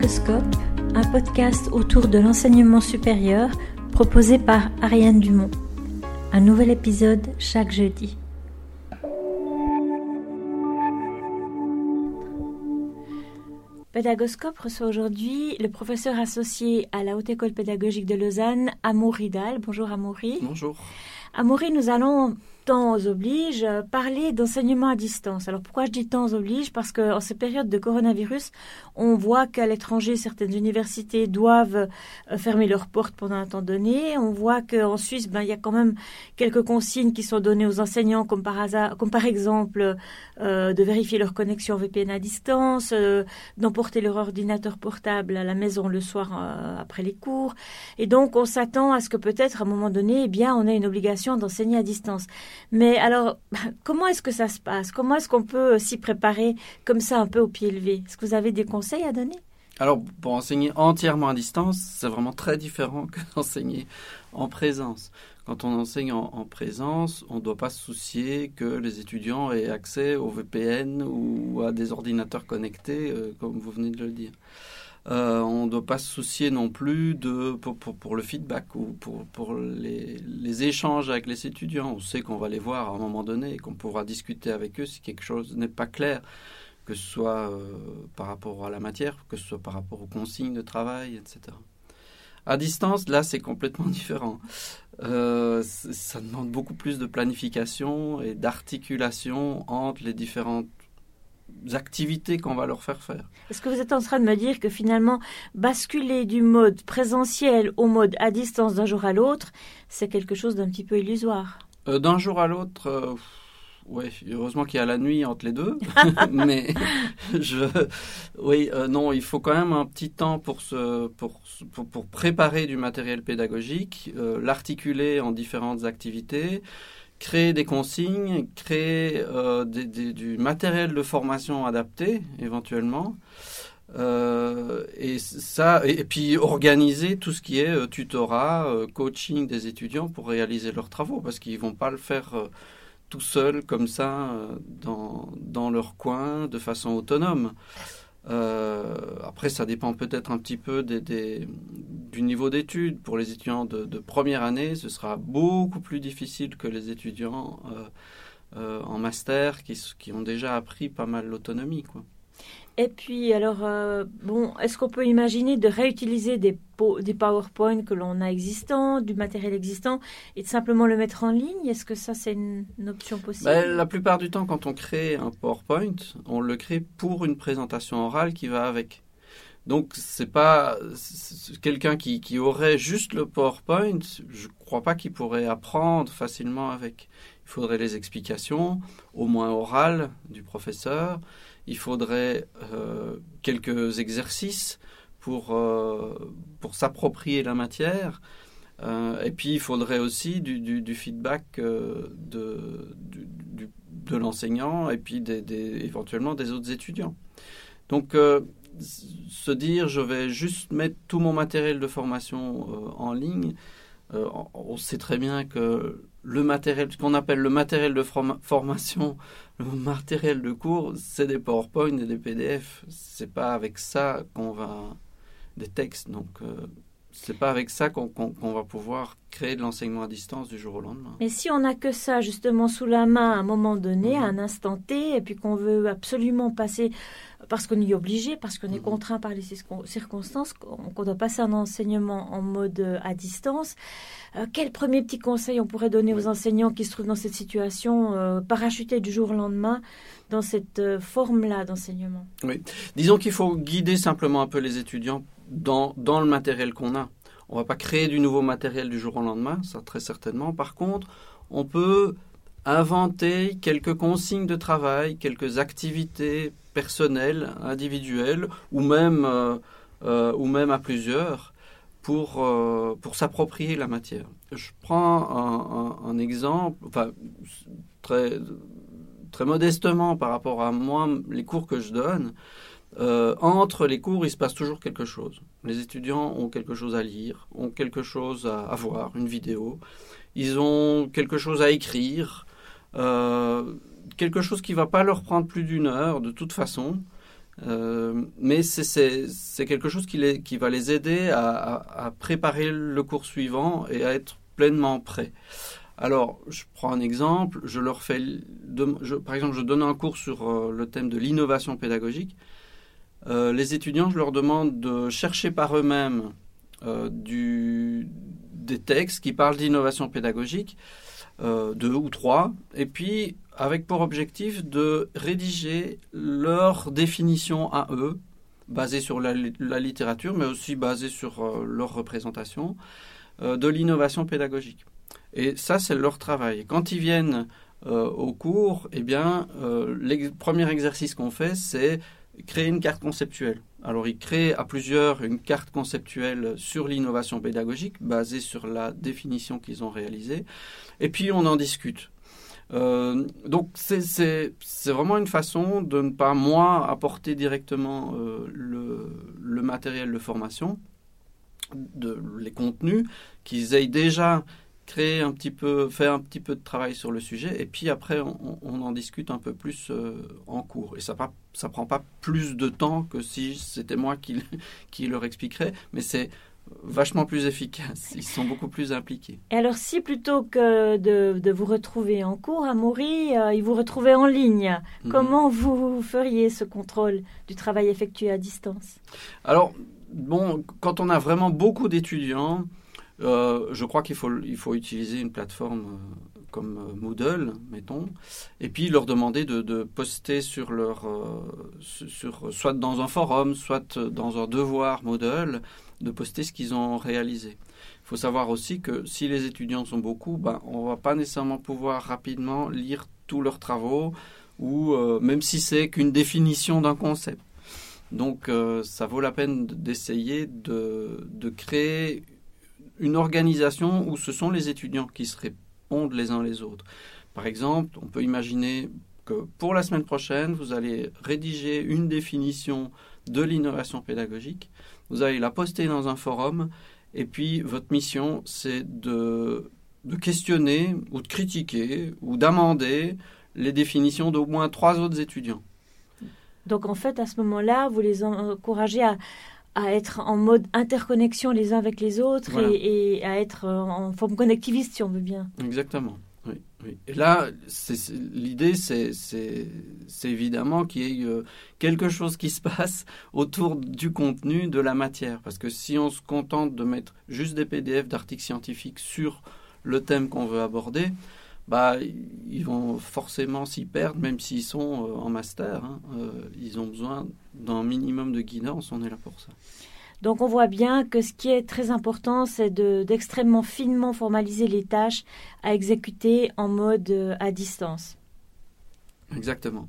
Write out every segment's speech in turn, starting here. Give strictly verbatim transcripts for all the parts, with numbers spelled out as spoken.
Pédagoscope, un podcast autour de l'enseignement supérieur proposé par Ariane Dumont. Un nouvel épisode chaque jeudi. Pédagoscope reçoit aujourd'hui le professeur associé à la Haute École pédagogique de Lausanne, Amaury Dalle. Bonjour Amaury. Bonjour. Amaury, nous allons, temps oblige, parler d'enseignement à distance. Alors pourquoi je dis temps oblige ? Parce qu'en ces périodes de coronavirus, on voit qu'à l'étranger, certaines universités doivent fermer leurs portes pendant un temps donné. On voit qu'en Suisse, ben, il y a quand même quelques consignes qui sont données aux enseignants, comme par hasard, comme par exemple euh, de vérifier leur connexion V P N à distance, euh, d'emporter leur ordinateur portable à la maison le soir euh, après les cours. Et donc, on s'attend à ce que peut-être, à un moment donné, eh bien, on ait une obligation d'enseigner à distance. Mais alors, comment est-ce que ça se passe ? Comment est-ce qu'on peut s'y préparer comme ça, un peu au pied levé ? Est-ce que vous avez des conseils à donner ? Alors, pour enseigner entièrement à distance, c'est vraiment très différent que d'enseigner en présence. Quand on enseigne en, en présence, on ne doit pas se soucier que les étudiants aient accès au V P N ou à des ordinateurs connectés, euh, comme vous venez de le dire. Euh, on ne doit pas se soucier non plus de, pour, pour, pour le feedback ou pour, pour les, les échanges avec les étudiants. On sait qu'on va les voir à un moment donné et qu'on pourra discuter avec eux si quelque chose n'est pas clair, que ce soit euh, par rapport à la matière, que ce soit par rapport aux consignes de travail, et cetera. À distance, là, c'est complètement différent. Euh, ça demande beaucoup plus de planification et d'articulation entre les différentes activités qu'on va leur faire faire. Est-ce que vous êtes en train de me dire que finalement, basculer du mode présentiel au mode à distance d'un jour à l'autre, c'est quelque chose d'un petit peu illusoire ? euh, D'un jour à l'autre, euh, oui, heureusement qu'il y a la nuit entre les deux. Mais je, oui, euh, non, il faut quand même un petit temps pour, se, pour, pour, pour préparer du matériel pédagogique, euh, l'articuler en différentes activités, créer des consignes, créer euh, des, des, du matériel de formation adapté, éventuellement, euh, et, ça, et, et puis organiser tout ce qui est euh, tutorat, euh, coaching des étudiants pour réaliser leurs travaux, parce qu'ils ne vont pas le faire euh, tout seuls, comme ça, euh, dans, dans leur coin, de façon autonome. Euh, après, ça dépend peut-être un petit peu des, des, du niveau d'études. Pour les étudiants de, de première année, ce sera beaucoup plus difficile que les étudiants euh, euh, en master qui, qui ont déjà appris pas mal l'autonomie, quoi. Et puis, alors, euh, bon, est-ce qu'on peut imaginer de réutiliser des, po- des PowerPoint que l'on a existants, du matériel existant, et de simplement le mettre en ligne ? Est-ce que ça, c'est une, une option possible ? Ben, la plupart du temps, quand on crée un PowerPoint, on le crée pour une présentation orale qui va avec. Donc, c'est pas c'est quelqu'un qui, qui aurait juste le PowerPoint, je ne crois pas qu'il pourrait apprendre facilement avec. Il faudrait les explications, au moins orales, du professeur. Il faudrait euh, quelques exercices pour, euh, pour s'approprier la matière. Euh, et puis, il faudrait aussi du, du, du feedback euh, de, du, du, de l'enseignant et puis des, des, éventuellement des autres étudiants. Donc, euh, se dire je vais juste mettre tout mon matériel de formation euh, en ligne, euh, on sait très bien que le matériel, ce qu'on appelle le matériel de forma- formation, le matériel de cours, c'est des PowerPoint et des P D F. C'est pas avec ça qu'on va des textes, donc euh, c'est pas avec ça qu'on, qu'on, qu'on va pouvoir créer de l'enseignement à distance du jour au lendemain. Mais si on n'a que ça justement sous la main à un moment donné, mmh. à un instant T, et puis qu'on veut absolument passer, parce qu'on y est obligé, parce qu'on est mmh. contraint par les circonstances, qu'on doit passer un enseignement en mode à distance, euh, quel premier petit conseil on pourrait donner oui. aux enseignants qui se trouvent dans cette situation, euh, parachutés du jour au lendemain, dans cette euh, forme-là d'enseignement ? Oui, disons qu'il faut guider simplement un peu les étudiants dans, dans le matériel qu'on a. On ne va pas créer du nouveau matériel du jour au lendemain, ça très certainement. Par contre, on peut inventer quelques consignes de travail, quelques activités personnelles, individuelles, ou même, euh, euh, ou même à plusieurs, pour, euh, pour s'approprier la matière. Je prends un, un, un exemple, enfin, très, très modestement par rapport à moi, les cours que je donne. Euh, entre les cours, il se passe toujours quelque chose. Les étudiants ont quelque chose à lire, ont quelque chose à, à voir, une vidéo. Ils ont quelque chose à écrire, euh, quelque chose qui ne va pas leur prendre plus d'une heure de toute façon. Euh, mais c'est, c'est, c'est quelque chose qui, les, qui va les aider à, à, à préparer le cours suivant et à être pleinement prêts. Alors, je prends un exemple. Je leur fais, de, je, par exemple, je donne un cours sur euh, le thème de l'innovation pédagogique. Euh, les étudiants, je leur demande de chercher par eux-mêmes euh, du, des textes qui parlent d'innovation pédagogique, euh, deux ou trois, et puis avec pour objectif de rédiger leur définition à eux, basée sur la, la littérature, mais aussi basée sur euh, leur représentation, euh, de l'innovation pédagogique. Et ça, c'est leur travail. Quand ils viennent euh, au cours, eh bien, euh, le premier exercice qu'on fait, c'est créer une carte conceptuelle. Alors, ils créent à plusieurs une carte conceptuelle sur l'innovation pédagogique, basée sur la définition qu'ils ont réalisée, et puis on en discute. Euh, donc, c'est, c'est, c'est vraiment une façon de ne pas, moi, apporter directement euh, le, le matériel de formation, de, les contenus, qu'ils aient déjà créé un petit peu, faire un petit peu de travail sur le sujet, et puis après, on, on en discute un peu plus euh, en cours. Et ça ne prend pas plus de temps que si c'était moi qui, qui leur expliquerais, mais c'est vachement plus efficace. Ils sont beaucoup plus impliqués. Et alors, si plutôt que de, de vous retrouver en cours, Amaury, euh, ils vous retrouvaient en ligne, mm-hmm. comment vous feriez ce contrôle du travail effectué à distance? Alors, bon, quand on a vraiment beaucoup d'étudiants, euh, je crois qu'il faut, il faut utiliser une plateforme euh, comme euh, Moodle, mettons, et puis leur demander de, de poster sur leur, euh, sur, soit dans un forum, soit dans un devoir Moodle, de poster ce qu'ils ont réalisé. Il faut savoir aussi que si les étudiants sont beaucoup, ben, on ne va pas nécessairement pouvoir rapidement lire tous leurs travaux, ou euh, même si c'est qu'une définition d'un concept. Donc, euh, ça vaut la peine d'essayer de, de créer une organisation où ce sont les étudiants qui se répondent les uns les autres. Par exemple, on peut imaginer que pour la semaine prochaine, vous allez rédiger une définition de l'innovation pédagogique, vous allez la poster dans un forum, et puis votre mission, c'est de, de questionner ou de critiquer ou d'amender les définitions d'au moins trois autres étudiants. Donc en fait, à ce moment-là, vous les encouragez à, à être en mode interconnexion les uns avec les autres, voilà. et, et à être en forme connectiviste, si on veut bien. Exactement. Oui, oui. Et là, c'est, c'est, l'idée, c'est, c'est, c'est évidemment qu'il y ait euh, quelque chose qui se passe autour du contenu, de la matière. Parce que si on se contente de mettre juste des P D F d'articles scientifiques sur le thème qu'on veut aborder, bah, ils vont forcément s'y perdre, même s'ils sont euh, en master. Hein. Euh, ils ont besoin d'un minimum de guidance, on est là pour ça. Donc on voit bien que ce qui est très important, c'est de, d'extrêmement finement formaliser les tâches à exécuter en mode euh, à distance. Exactement.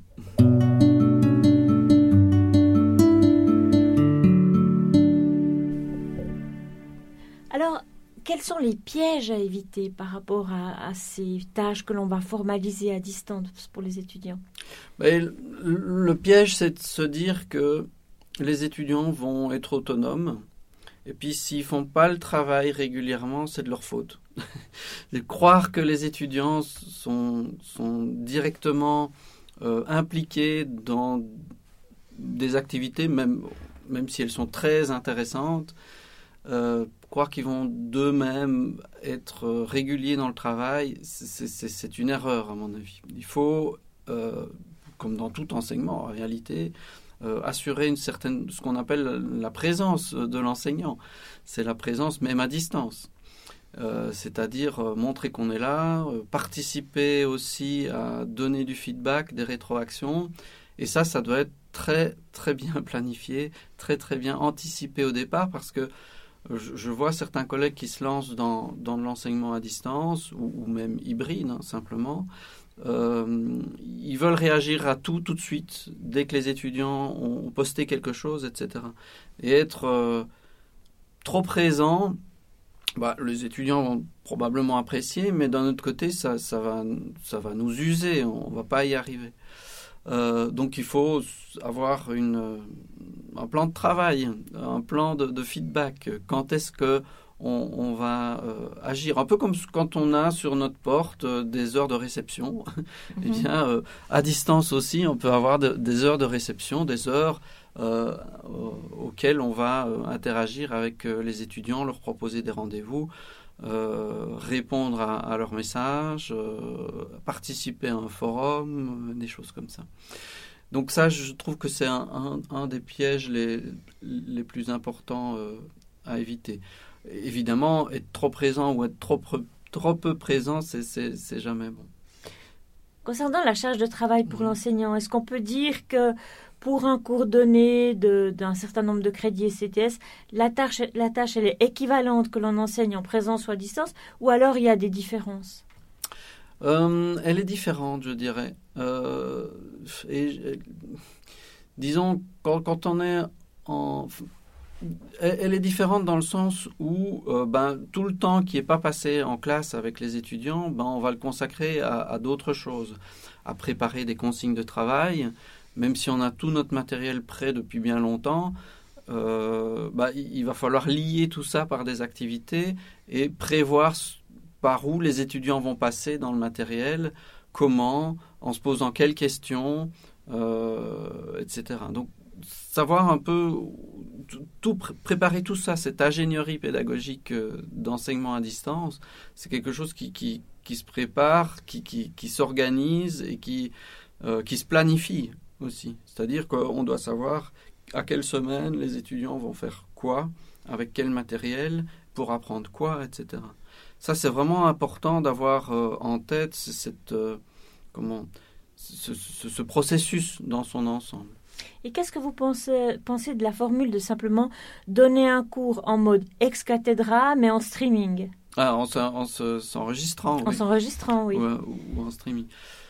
Alors, quels sont les pièges à éviter par rapport à, à ces tâches que l'on va formaliser à distance pour les étudiants? Ben, le, le piège, c'est de se dire que les étudiants vont être autonomes, et puis s'ils ne font pas le travail régulièrement, c'est de leur faute. De croire que les étudiants sont, sont directement euh, impliqués dans des activités, même, même si elles sont très intéressantes, euh, croire qu'ils vont d'eux-mêmes être réguliers dans le travail, c'est, c'est, c'est une erreur à mon avis. Il faut, euh, comme dans tout enseignement en réalité, Euh, assurer une certaine, ce qu'on appelle la présence de l'enseignant. C'est la présence même à distance. Euh, c'est-à-dire euh, montrer qu'on est là, euh, participer aussi à donner du feedback, des rétroactions. Et ça, ça doit être très, très bien planifié, très, très bien anticipé au départ, parce que je, je vois certains collègues qui se lancent dans, dans l'enseignement à distance, ou, ou même hybride, hein, simplement. Euh, ils veulent réagir à tout tout de suite dès que les étudiants ont posté quelque chose, et cetera. Et être euh, trop présent, bah, les étudiants vont probablement apprécier, mais d'un autre côté, ça, ça, va, ça va nous user, on ne va pas y arriver. Euh, donc il faut avoir une, un plan de travail, un plan de, de feedback. Quand est-ce que on, on va euh, agir. Un peu comme quand on a sur notre porte euh, des heures de réception. Mm-hmm. Eh bien, euh, à distance aussi, on peut avoir de, des heures de réception, des heures euh, auxquelles on va euh, interagir avec euh, les étudiants, leur proposer des rendez-vous, euh, répondre à, à leurs messages, euh, participer à un forum, euh, des choses comme ça. Donc ça, je trouve que c'est un, un, un des pièges les, les plus importants euh, à éviter. Évidemment, être trop présent ou être trop, trop peu présent, c'est, c'est, c'est jamais bon. Concernant la charge de travail pour mmh. l'enseignant, est-ce qu'on peut dire que pour un cours donné de, d'un certain nombre de crédits E C T S, la tâche, la tâche elle est équivalente que l'on enseigne en présence ou à distance, ou alors il y a des différences ? Euh, elle est différente, je dirais. Euh, et, et, disons, quand, quand on est en... Elle, elle est différente dans le sens où euh, ben, tout le temps qui n'est pas passé en classe avec les étudiants, ben, on va le consacrer à, à d'autres choses, à préparer des consignes de travail. Même si on a tout notre matériel prêt depuis bien longtemps, euh, ben, il, il va falloir lier tout ça par des activités et prévoir par où les étudiants vont passer dans le matériel, comment, en se posant quelles questions, euh, et cetera. Donc, savoir un peu, tout, tout, préparer tout ça, cette ingénierie pédagogique euh, d'enseignement à distance, c'est quelque chose qui, qui, qui se prépare, qui, qui, qui s'organise et qui, euh, qui se planifie aussi. C'est-à-dire qu'on doit savoir à quelle semaine les étudiants vont faire quoi, avec quel matériel, pour apprendre quoi, et cetera. Ça, c'est vraiment important d'avoir euh, en tête cette, euh, comment, ce, ce, ce processus dans son ensemble. Et qu'est-ce que vous pensez, pensez de la formule de simplement donner un cours en mode ex cathedra, mais en streaming ? Ah, en, en, en s'enregistrant, oui. En s'enregistrant, oui. Ou, ou en streaming.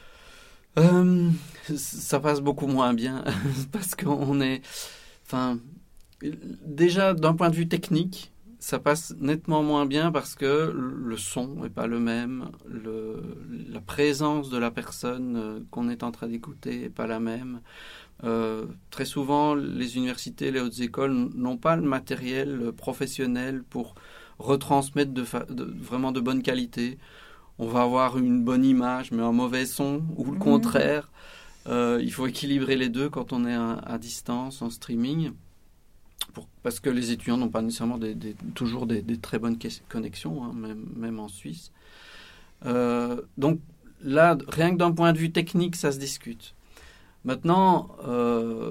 Euh, ça passe beaucoup moins bien, parce qu'on est... Enfin, déjà, d'un point de vue technique, ça passe nettement moins bien parce que le son n'est pas le même, le, la présence de la personne qu'on est en train d'écouter n'est pas la même. Euh, très souvent, les universités, les hautes écoles n'ont pas le matériel professionnel pour retransmettre de, fa- de, vraiment de bonne qualité. On va avoir une bonne image, mais un mauvais son, ou le mmh. contraire. Euh, il faut équilibrer les deux quand on est à, à distance, en streaming. Pour, parce que les étudiants n'ont pas nécessairement des, des, toujours des, des très bonnes connexions, hein, même, même en Suisse. Euh, donc là, rien que d'un point de vue technique, ça se discute. Maintenant, euh,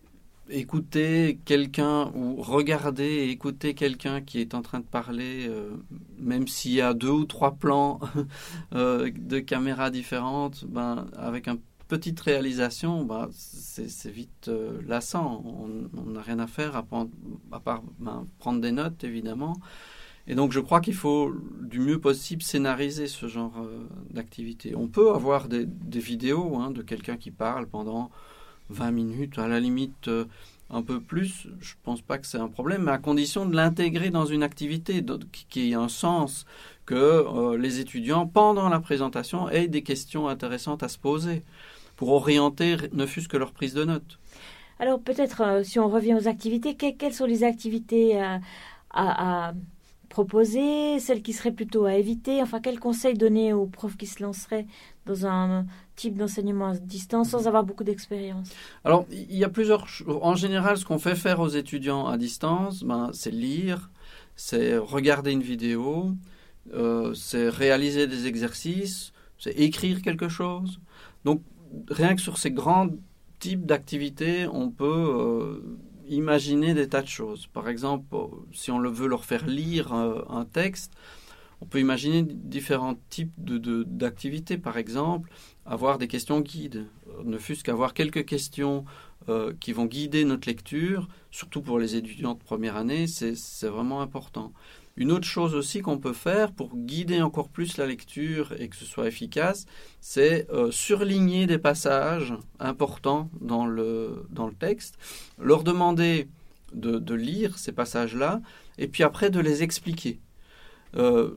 écouter quelqu'un ou regarder et écouter quelqu'un qui est en train de parler, euh, même s'il y a deux ou trois plans euh, de caméras différentes, ben, avec un petite réalisation, bah, c'est, c'est vite euh, lassant. On n'a rien à faire à, prendre, à part ben, prendre des notes, évidemment. Et donc, je crois qu'il faut, du mieux possible, scénariser ce genre euh, d'activité. On peut avoir des, des vidéos hein, de quelqu'un qui parle pendant vingt minutes, à la limite euh, un peu plus. Je ne pense pas que c'est un problème, mais à condition de l'intégrer dans une activité qui ait un sens, que euh, les étudiants, pendant la présentation, aient des questions intéressantes à se poser, pour orienter ne fût-ce que leur prise de notes. Alors peut-être, euh, si on revient aux activités, que, quelles sont les activités à, à, à proposer, celles qui seraient plutôt à éviter ? Enfin, quels conseils donner aux profs qui se lanceraient dans un type d'enseignement à distance sans avoir beaucoup d'expérience ? Alors, il y a plusieurs choses. En général, ce qu'on fait faire aux étudiants à distance, ben, c'est lire, c'est regarder une vidéo, euh, c'est réaliser des exercices, c'est écrire quelque chose. Donc, rien que sur ces grands types d'activités, on peut euh, imaginer des tas de choses. Par exemple, si on le veut leur faire lire euh, un texte, on peut imaginer différents types de, de, d'activités. Par exemple, avoir des questions guides. Ne fût-ce qu'avoir quelques questions euh, qui vont guider notre lecture, surtout pour les étudiants de première année, c'est, c'est vraiment important. Une autre chose aussi qu'on peut faire pour guider encore plus la lecture et que ce soit efficace, c'est euh, surligner des passages importants dans le, dans le texte, leur demander de, de lire ces passages-là et puis après de les expliquer. Euh,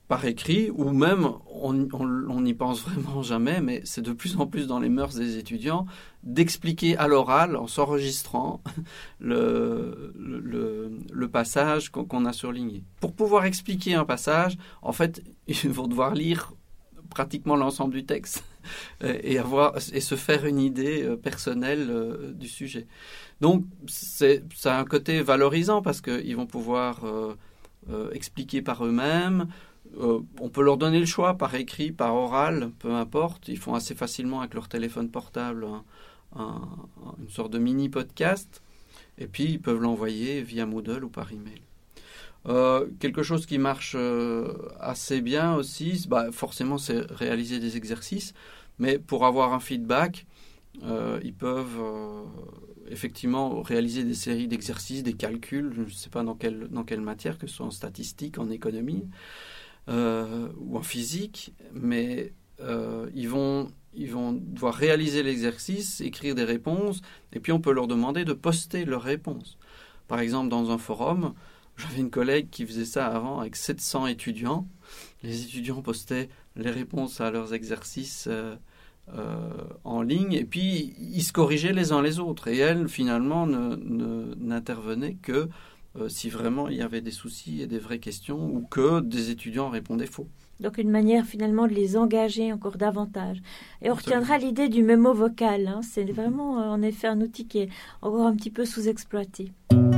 par écrit, ou même, on n'y pense vraiment jamais, mais c'est de plus en plus dans les mœurs des étudiants, d'expliquer à l'oral, en s'enregistrant, le, le, le passage qu'on, qu'on a surligné. Pour pouvoir expliquer un passage, en fait, ils vont devoir lire pratiquement l'ensemble du texte et, avoir, et se faire une idée personnelle du sujet. Donc, c'est, ça a un côté valorisant parce qu'ils vont pouvoir euh, euh, expliquer par eux-mêmes. Euh, on peut leur donner le choix par écrit, par oral, peu importe. Ils font assez facilement avec leur téléphone portable un, un, une sorte de mini podcast. Et puis, ils peuvent l'envoyer via Moodle ou par email. Euh, quelque chose qui marche euh, assez bien aussi, bah, forcément, c'est réaliser des exercices. Mais pour avoir un feedback, euh, ils peuvent euh, effectivement réaliser des séries d'exercices, des calculs, je ne sais pas dans quelle, dans quelle matière, que ce soit en statistique, en économie. Euh, ou en physique, mais euh, ils vont, ils vont devoir réaliser l'exercice, écrire des réponses, et puis on peut leur demander de poster leurs réponses. Par exemple, dans un forum, j'avais une collègue qui faisait ça avant avec sept cents étudiants. Les étudiants postaient les réponses à leurs exercices euh, euh, en ligne, et puis ils se corrigeaient les uns les autres. Et elle, finalement, ne, ne, n'intervenait que Euh, si vraiment il y avait des soucis et des vraies questions ou que des étudiants répondaient faux. Donc une manière finalement de les engager encore davantage. Et on retiendra l'idée du mémo vocal. Hein. C'est vraiment euh, en effet un outil qui est encore un petit peu sous-exploité.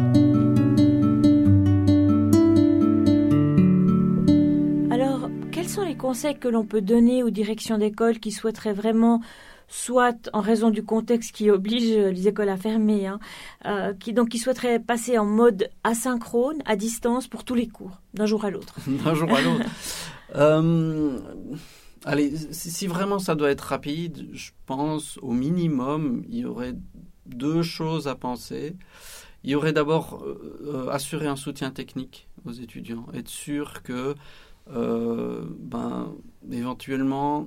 Alors, quels sont les conseils que l'on peut donner aux directions d'école qui souhaiteraient vraiment, soit en raison du contexte qui oblige les écoles à fermer, hein, euh, qui, donc qui souhaiteraient passer en mode asynchrone, à distance, pour tous les cours, d'un jour à l'autre. D'un jour à l'autre. euh, allez, si, si vraiment ça doit être rapide, je pense au minimum, il y aurait deux choses à penser. Il y aurait d'abord euh, assurer un soutien technique aux étudiants, être sûr que, euh, ben, éventuellement,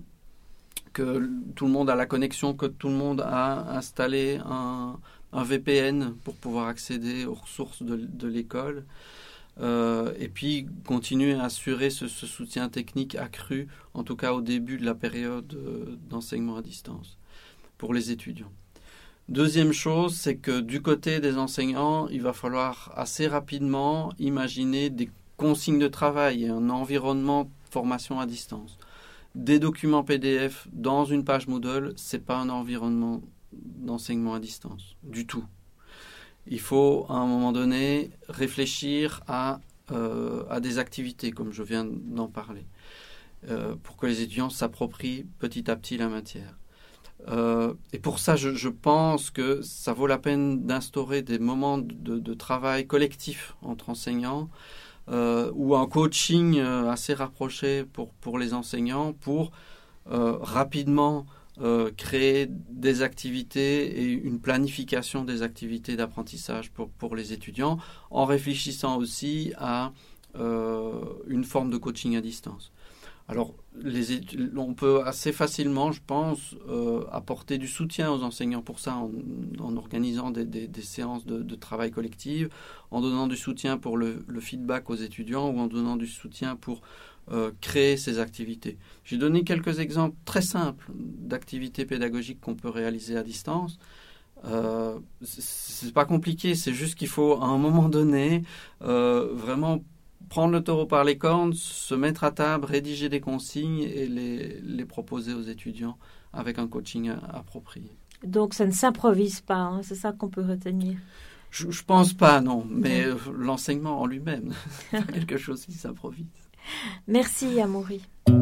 que tout le monde a la connexion, que tout le monde a installé un, un V P N pour pouvoir accéder aux ressources de, de l'école. Euh, et puis continuer à assurer ce, ce soutien technique accru, en tout cas au début de la période d'enseignement à distance, pour les étudiants. Deuxième chose, c'est que du côté des enseignants, il va falloir assez rapidement imaginer des consignes de travail et un environnement de formation à distance. Des documents P D F dans une page Moodle, ce n'est pas un environnement d'enseignement à distance, du tout. Il faut, à un moment donné, réfléchir à, euh, à des activités, comme je viens d'en parler, euh, pour que les étudiants s'approprient petit à petit la matière. Euh, et pour ça, je, je pense que ça vaut la peine d'instaurer des moments de, de travail collectif entre enseignants, Euh, ou un coaching euh, assez rapproché pour, pour les enseignants pour euh, rapidement euh, créer des activités et une planification des activités d'apprentissage pour, pour les étudiants, en réfléchissant aussi à euh, une forme de coaching à distance. Alors, les étu- on peut assez facilement, je pense, euh, apporter du soutien aux enseignants pour ça, en, en organisant des, des, des séances de, de travail collective, en donnant du soutien pour le, le feedback aux étudiants ou en donnant du soutien pour euh, créer ces activités. J'ai donné quelques exemples très simples d'activités pédagogiques qu'on peut réaliser à distance. Euh, c'est pas compliqué, c'est juste qu'il faut, à un moment donné, euh, vraiment prendre le taureau par les cornes, se mettre à table, rédiger des consignes et les, les proposer aux étudiants avec un coaching approprié. Donc ça ne s'improvise pas, hein, c'est ça qu'on peut retenir. Je ne pense pas, non, mais euh, l'enseignement en lui-même, c'est pas quelque chose qui s'improvise. Merci, Amaury.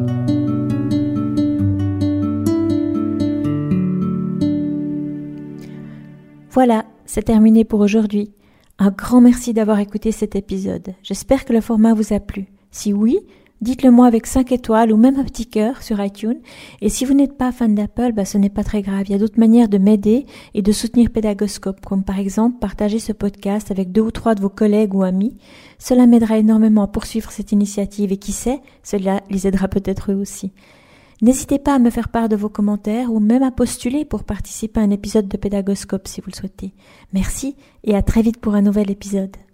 Voilà, c'est terminé pour aujourd'hui. Un grand merci d'avoir écouté cet épisode. J'espère que le format vous a plu. Si oui, dites-le moi avec cinq étoiles ou même un petit cœur sur iTunes. Et si vous n'êtes pas fan d'Apple, bah, ce n'est pas très grave. Il y a d'autres manières de m'aider et de soutenir Pédagoscope, comme par exemple partager ce podcast avec deux ou trois de vos collègues ou amis. Cela m'aidera énormément à poursuivre cette initiative et qui sait, cela les aidera peut-être eux aussi. N'hésitez pas à me faire part de vos commentaires ou même à postuler pour participer à un épisode de Pédagoscope si vous le souhaitez. Merci et à très vite pour un nouvel épisode.